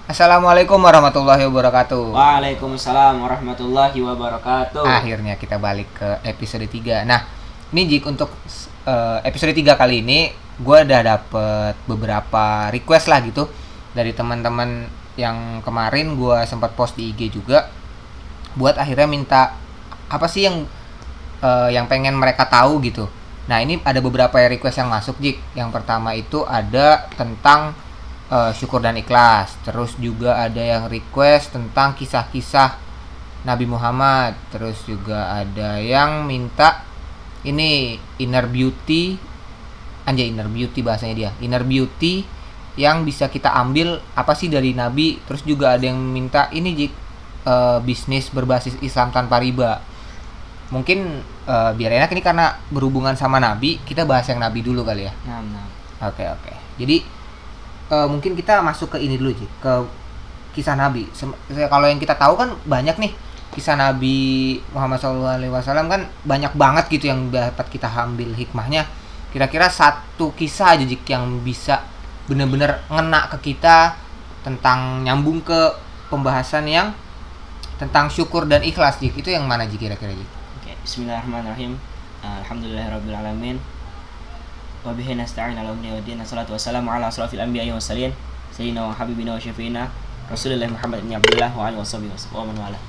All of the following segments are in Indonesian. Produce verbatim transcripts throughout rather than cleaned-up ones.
Assalamualaikum warahmatullahi wabarakatuh. Waalaikumsalam warahmatullahi wabarakatuh. Akhirnya kita balik ke episode tiga. Nah, ini Jik untuk uh, episode tiga kali ini gue udah dapet beberapa request lah gitu dari teman-teman yang kemarin gue sempat post di I G juga, buat akhirnya minta apa sih yang uh, yang pengen mereka tahu gitu. Nah, ini ada beberapa request yang masuk, Jik. Yang pertama itu ada tentang uh, syukur dan ikhlas. Terus juga ada yang request tentang kisah-kisah Nabi Muhammad. Terus juga ada yang minta ini inner beauty, anjay inner beauty bahasanya dia. Inner beauty yang bisa kita ambil apa sih dari Nabi. Terus juga ada yang minta ini Jik, uh, bisnis berbasis Islam tanpa riba. Mungkin uh, biar enak ini karena berhubungan sama Nabi, kita bahas yang Nabi dulu kali ya. Nah, nah. Oke oke. Jadi uh, mungkin kita masuk ke ini dulu Jik, ke kisah Nabi. Sem- kalau yang kita tahu kan banyak nih kisah Nabi Muhammad shallallahu alaihi wasallam, kan banyak banget gitu yang dapat kita ambil hikmahnya. Kira-kira satu kisah aja Jik yang bisa benar-benar ngena ke kita tentang nyambung ke pembahasan yang tentang syukur dan ikhlas Jik. Itu yang mana Jik kira-kira Jik? Oke, bismillahirrahmanirrahim. Alhamdulillahirabbil alamin. Wa bihi nasta'in ala umri waddin. Wassalatu wassalamu ala asrofil anbiya'i was mursalin sayyidina wa habibina wa syafiina Rasulullah Muhammad bin Abdullah wa alihi washabihi wa man wala.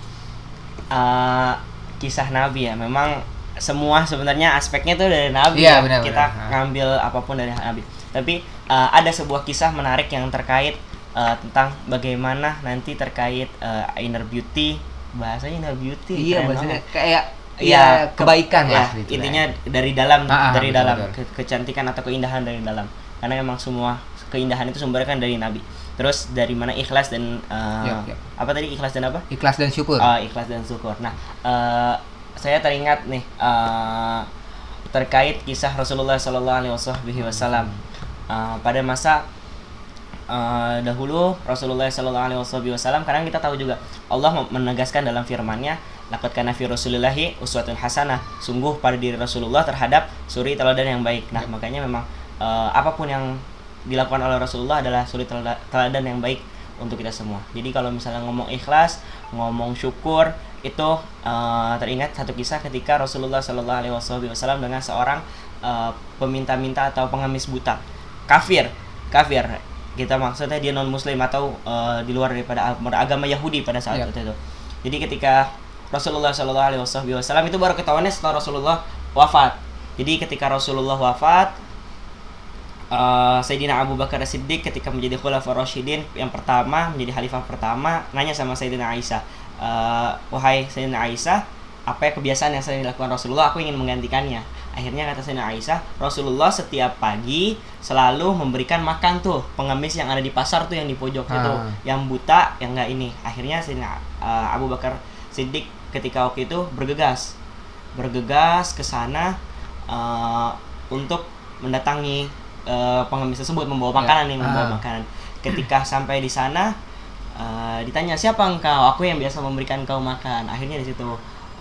Uh, kisah Nabi ya, memang semua sebenarnya aspeknya tuh dari Nabi ya, ya. Benar, kita benar. ngambil apapun dari Nabi. Tapi uh, ada sebuah kisah menarik yang terkait uh, tentang bagaimana nanti terkait uh, inner beauty, bahasanya inner beauty. Iya, bahasanya kayak ya kebaikan ya, lah gitu. Intinya dari dalam, ah, dari betul, dalam betul. Ke- kecantikan atau keindahan dari dalam. Karena memang semua keindahan itu sumbernya kan dari Nabi. Terus dari mana ikhlas dan uh, Yap, yap. apa tadi ikhlas dan apa? Ikhlas dan syukur. Uh, ikhlas dan syukur. Nah, uh, saya teringat nih uh, terkait kisah Rasulullah Shallallahu Alaihi Wasallam uh, pada masa uh, dahulu Rasulullah Shallallahu Alaihi Wasallam. Karena kita tahu juga Allah menegaskan dalam firman-Nya, laqad kana fi Rasulillahi uswatun hasanah. Sungguh pada diri Rasulullah terhadap suri teladan yang baik. Nah, makanya memang uh, apapun yang dilakukan oleh Rasulullah adalah suri teladan yang baik untuk kita semua. Jadi kalau misalnya ngomong ikhlas, ngomong syukur, itu uh, teringat satu kisah ketika Rasulullah Shallallahu Alaihi Wasallam dengan seorang uh, peminta-minta atau pengemis buta, kafir, kafir. Kita maksudnya dia non Muslim atau uh, di luar daripada agama Yahudi pada saat Yep. itu. Jadi ketika Rasulullah Shallallahu Alaihi Wasallam itu baru ketahuannya setelah Rasulullah wafat. Jadi ketika Rasulullah wafat, Uh, Sayyidina Abu Bakar As-Siddiq ketika menjadi Khulafaur Rasyidin yang pertama, menjadi khalifah pertama, nanya sama Sayyidina Aisyah, uh, wahai Sayyidina Aisyah, apa ya kebiasaan yang sering dilakukan Rasulullah, aku ingin menggantikannya. Akhirnya kata Sayyidina Aisyah, Rasulullah setiap pagi selalu memberikan makan tuh pengemis yang ada di pasar tuh, yang di pojok itu, Ah. yang buta, yang enggak ini. Akhirnya Sayyidina uh, Abu Bakar Siddiq ketika waktu itu bergegas bergegas ke sana uh, untuk mendatangi Uh, pengemis tersebut, membawa makanan nih, membawa Ah. makanan. Ketika sampai di sana, uh, ditanya, siapa engkau? Aku yang biasa memberikan kau makan. Akhirnya di situ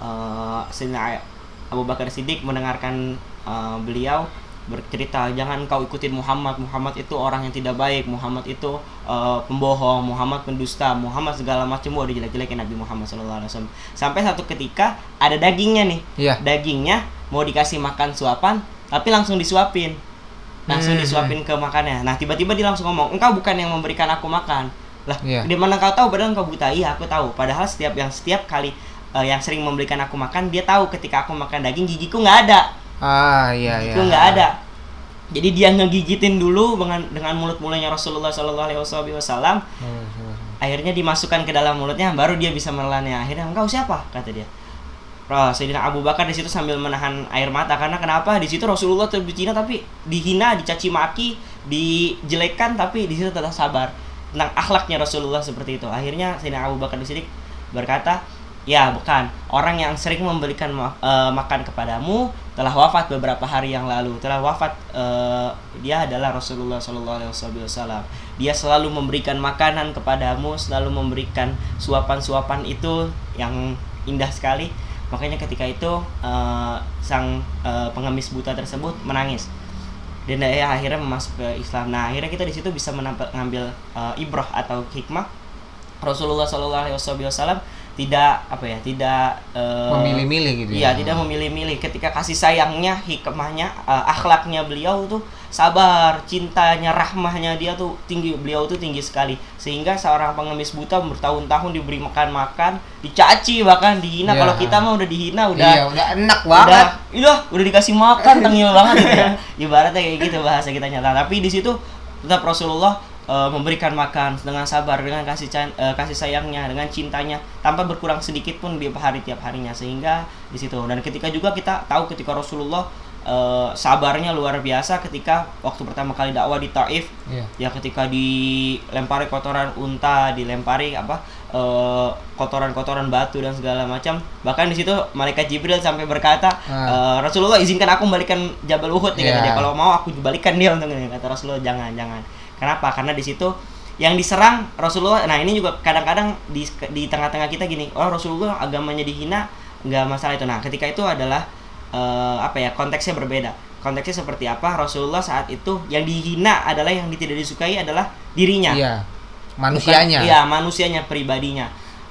uh, Sayyidina Abu Bakar Siddiq mendengarkan uh, beliau bercerita, jangan kau ikutin Muhammad. Muhammad itu orang yang tidak baik. Muhammad itu uh, pembohong. Muhammad pendusta. Muhammad segala macam. Wah, dijelek-jelekin Nabi Muhammad shallallahu alaihi wasallam. Sampai satu ketika ada dagingnya nih. Iya. Dagingnya mau dikasih makan suapan, tapi langsung disuapin. langsung Hmm. disuapin ke makannya. Nah, tiba-tiba dia langsung ngomong, engkau bukan yang memberikan aku makan. Lah, Iya. di mana kau tahu? Padahal engkau buta. Iya, aku tahu. Padahal setiap yang setiap kali uh, yang sering memberikan aku makan, dia tahu ketika aku makan daging gigiku nggak ada. Ah iya iya. Gigiku nggak ada. Jadi dia ngegigitin dulu dengan dengan mulut-mulutnya Rasulullah Shallallahu Alaihi Wasallam. Akhirnya dimasukkan ke dalam mulutnya, baru dia bisa menelannya. Akhirnya, engkau siapa? Kata dia. Sayyidina Abu Bakar di situ sambil menahan air mata, karena kenapa? Di situ Rasulullah terhina tapi dihina, dicaci maki, dijelekkan, tapi di situ tetap sabar tentang akhlaknya Rasulullah seperti itu. Akhirnya Sayyidina Abu Bakar di sini berkata, ya bukan, orang yang sering memberikan uh, makan kepadamu telah wafat beberapa hari yang lalu. Telah wafat, uh, dia adalah Rasulullah Shallallahu Alaihi Wasallam. Dia selalu memberikan makanan kepadamu, selalu memberikan suapan-suapan itu yang indah sekali. Makanya ketika itu uh, sang uh, pengemis buta tersebut menangis. dan ya akhirnya masuk ke Islam. Nah, akhirnya kita di situ bisa menampak, ngambil uh, ibrah atau hikmah Rasulullah Shallallahu Alaihi Wasallam tidak apa ya tidak uh, memilih-milih gitu iya ya. tidak memilih-milih ketika kasih sayangnya, hikmahnya, uh, akhlaknya beliau tuh sabar, cintanya, rahmahnya dia tuh tinggi, beliau tuh tinggi sekali, sehingga seorang pengemis buta bertahun-tahun diberi makan-makan, dicaci bahkan dihina. Ya. Kalau kita mah udah dihina udah iya, udah enak banget, udah iya udah dikasih makan tengil banget gitu ya, ibaratnya kayak gitu bahasa kita nyata. Tapi di situ tetap Rasulullah Uh, memberikan makan dengan sabar, dengan kasih uh, kasih sayangnya, dengan cintanya, tanpa berkurang sedikit pun di hari tiap harinya, sehingga di situ. Dan ketika juga kita tahu ketika Rasulullah uh, sabarnya luar biasa ketika waktu pertama kali dakwah di Taif, yeah. ya ketika dilempari kotoran unta, dilempari apa uh, kotoran-kotoran batu dan segala macam. Bahkan di situ malaikat Jibril sampai berkata, uh. Uh, Rasulullah izinkan aku membalikkan Jabal Uhud nih, yeah. kata dia. Kalau mau aku balikan dia untuk ini. Kata Rasulullah jangan jangan. Kenapa? Karena di situ yang diserang Rasulullah. Nah ini juga kadang-kadang di di tengah-tengah kita gini, oh Rasulullah agamanya dihina, nggak masalah itu. Nah ketika itu adalah uh, apa ya konteksnya berbeda. Konteksnya seperti apa? Rasulullah saat itu yang dihina adalah yang tidak disukai adalah dirinya. Iya. Manusianya. Iya manusianya, pribadinya.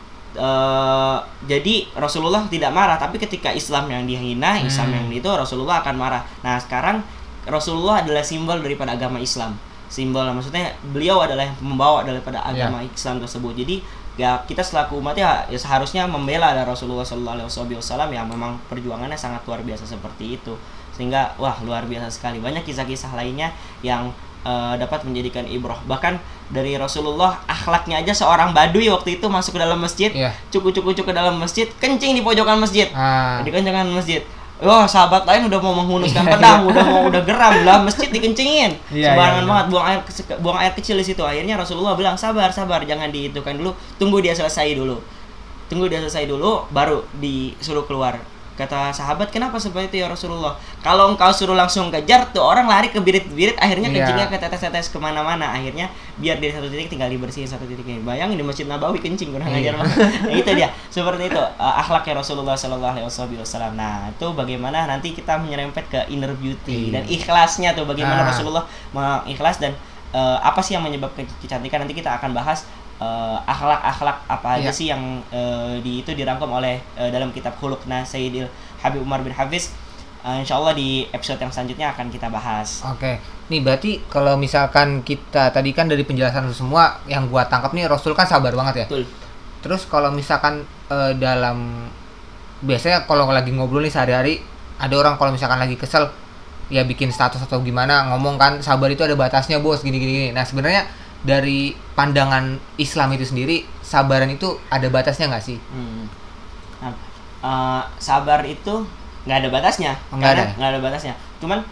Uh, jadi Rasulullah tidak marah, tapi ketika Islam yang dihina, hmm. Islam yang itu Rasulullah akan marah. Nah sekarang Rasulullah adalah simbol daripada agama Islam. Simbol, maksudnya beliau adalah yang membawa daripada agama yeah. Islam tersebut. Jadi ya kita selaku umat ya, ya seharusnya membela dari Rasulullah Shallallahu Alaihi Wasallam yang memang perjuangannya sangat luar biasa seperti itu. Sehingga wah luar biasa sekali. Banyak kisah-kisah lainnya yang uh, dapat menjadikan ibrah. Bahkan dari Rasulullah akhlaknya aja, seorang badui waktu itu masuk ke dalam masjid, yeah. cukup-cukup ke dalam masjid, kencing di pojokan masjid, ah. di kencangan masjid. Wah, sahabat lain udah mau menghunuskan pedang, udah mau udah geram lah, masjid dikencingin. Iya, sembarangan iya, iya. banget, buang air buang air kecil di situ. Akhirnya Rasulullah bilang, "Sabar, sabar, jangan dihitukan dulu. Tunggu dia selesai dulu. Tunggu dia selesai dulu baru disuruh keluar." Kata sahabat, "Kenapa seperti itu ya Rasulullah? Kalau engkau suruh langsung kejar, tuh orang lari ke birit-birit, akhirnya yeah. kencingnya ke tetes-tetes kemana-mana. Akhirnya biar dari satu titik tinggal dibersihin satu titik ini. Bayangin di Masjid Nabawi kencing, kurang ajar banget." Nah, itu dia. Seperti itu uh, akhlaknya Rasulullah Shallallahu Alaihi Wasallam. Nah, itu bagaimana nanti kita menyerempet ke inner beauty yeah. dan ikhlasnya tuh bagaimana ah. Rasulullah mengikhlas dan uh, apa sih yang menyebabkan kecantikan, nanti kita akan bahas. Uh, akhlak-akhlak apa aja yeah. sih yang uh, di itu dirangkum oleh uh, dalam kitab Khuluqna Sayyidil Habib Umar bin Hafiz. Uh, insyaallah di episode yang selanjutnya akan kita bahas. Oke, okay. Nih berarti kalau misalkan kita tadi kan dari penjelasan semua yang gua tangkap nih, Rasul kan sabar banget ya. Betul. Terus kalau misalkan uh, dalam biasanya kalau lagi ngobrol nih sehari-hari, ada orang kalau misalkan lagi kesel ya bikin status atau gimana ngomong kan sabar itu ada batasnya bos gini-gini. Nah sebenarnya dari pandangan Islam itu sendiri, sabaran itu ada batasnya nggak sih? Hmm. Nah, uh, sabar itu nggak ada batasnya, oh, karena nggak ada batasnya. Cuman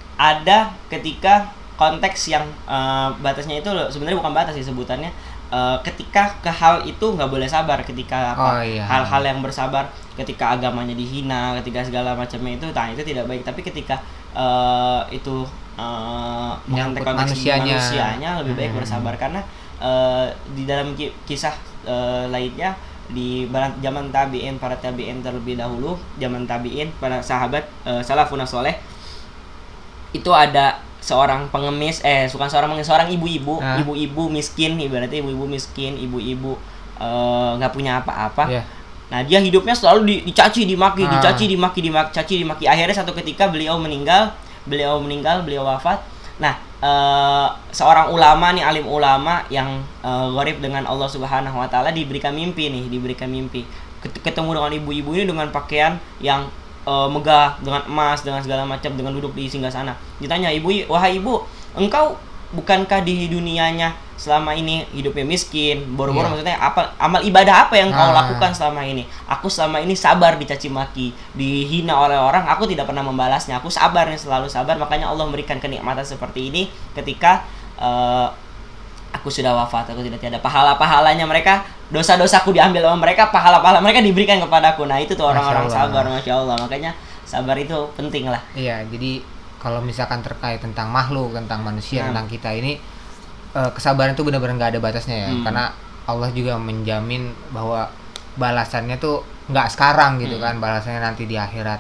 ada ketika konteks yang uh, batasnya itu sebenarnya bukan batas sih sebutannya. Uh, ketika ke hal itu nggak boleh sabar, ketika apa, oh, iya. hal-hal yang bersabar, ketika agamanya dihina, ketika segala macamnya itu, nah itu tidak baik. Tapi ketika uh, itu Uh, menyangkut manusianya. manusianya lebih baik hmm. bersabar, karena uh, di dalam kisah uh, lainnya di zaman tabi'in, para tabi'in terlebih dahulu, zaman tabi'in, para sahabat uh, salafun saleh, itu ada seorang pengemis, eh bukan seorang pengemis, seorang ibu-ibu, ah. ibu-ibu miskin, ibaratnya ibu-ibu miskin, ibu-ibu nggak uh, punya apa-apa. Yeah. Nah dia hidupnya selalu dicaci, dimaki, ah. dicaci, dimaki, dimaki, caci, dimaki. Akhirnya satu ketika beliau meninggal. Beliau meninggal, beliau wafat. Nah, uh, seorang ulama nih, alim ulama yang uh, gharib dengan Allah Subhanahu wa taala diberikan mimpi nih, diberikan mimpi. Ketemu dengan ibu-ibu ini dengan pakaian yang uh, megah, dengan emas, dengan segala macam, dengan duduk di singgasana. Ditanya, "Ibu, wahai ibu, engkau bukankah di dunianya selama ini hidupnya miskin, boro-boro, yeah. maksudnya apa amal ibadah apa yang ah. kau lakukan selama ini? Aku selama ini sabar dicaci maki, dihina oleh orang, aku tidak pernah membalasnya. Aku sabar nih, selalu sabar. Makanya Allah memberikan kenikmatan seperti ini ketika uh, aku sudah wafat, aku tidak tiada. Pahala-pahalanya mereka, dosa-dosaku diambil oleh mereka, pahala-pahala mereka diberikan kepadaku." Nah, itu tuh orang-orang sabar, Masya Allah. Makanya sabar itu penting lah. Iya, jadi kalau misalkan terkait tentang makhluk, tentang manusia, hmm. tentang kita ini, uh, kesabaran itu benar-benar nggak ada batasnya ya, hmm. karena Allah juga menjamin bahwa balasannya tuh nggak sekarang gitu hmm. kan, balasannya nanti di akhirat.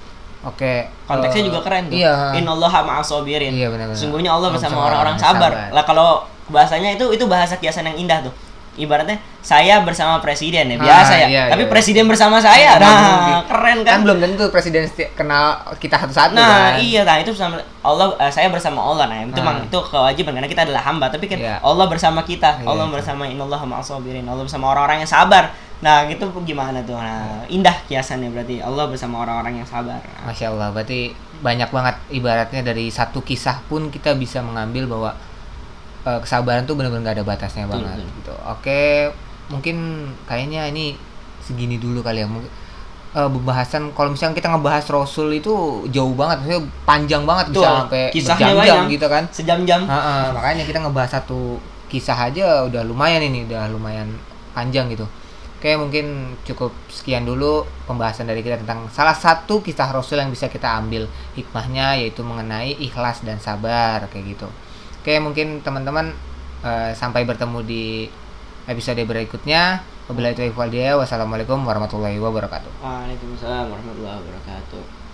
Oke, konteksnya uh, juga keren tuh. Iya. Innallaha ma'as sabirin. Iya, benar-benar. Sungguhnya Allah bersama orang-orang sabar. Lah kalau bahasanya itu itu bahasa kiasan yang indah tuh. ibaratnya saya bersama presiden ya biasa Ah, ya, iya, tapi iya. presiden bersama saya, Nggak nah mungkin. keren kan? Kan belum tentu presiden seti- kenal kita satu-satu Nah kan. iya, nah itu bersama Allah, eh, saya bersama Allah, nah itu Ah. memang itu kewajiban karena kita adalah hamba, tapi kan Iya. Allah bersama kita, Iya, Allah itu. bersama innallaha ma'as-sabirin, Allah bersama orang-orang yang sabar. Nah gitu gimana tuh? Nah indah kiasannya berarti Allah bersama orang-orang yang sabar. Nah, Masya Allah, berarti banyak banget ibaratnya dari satu kisah pun kita bisa mengambil bahwa eh, kesabaran tuh benar-benar gak ada batasnya Betul, banget betul. gitu. Oke, mungkin kayaknya ini segini dulu kali ya. Mungkin eh, pembahasan kalau misalnya kita ngebahas Rasul itu jauh banget, maksudnya panjang banget Betul. bisa sampai Kisahnya berjam-jam banyak. gitu kan. sejam-jam. Heeh, makanya kita ngebahas satu kisah aja udah lumayan ini, udah lumayan panjang gitu. Oke, mungkin cukup sekian dulu pembahasan dari kita tentang salah satu kisah Rasul yang bisa kita ambil hikmahnya, yaitu mengenai ikhlas dan sabar kayak gitu. Oke, mungkin teman-teman eh, sampai bertemu di episode berikutnya. Wabillahi taufiq wal hidayah. Wassalamualaikum warahmatullahi wabarakatuh. Waalaikumsalam warahmatullahi wabarakatuh.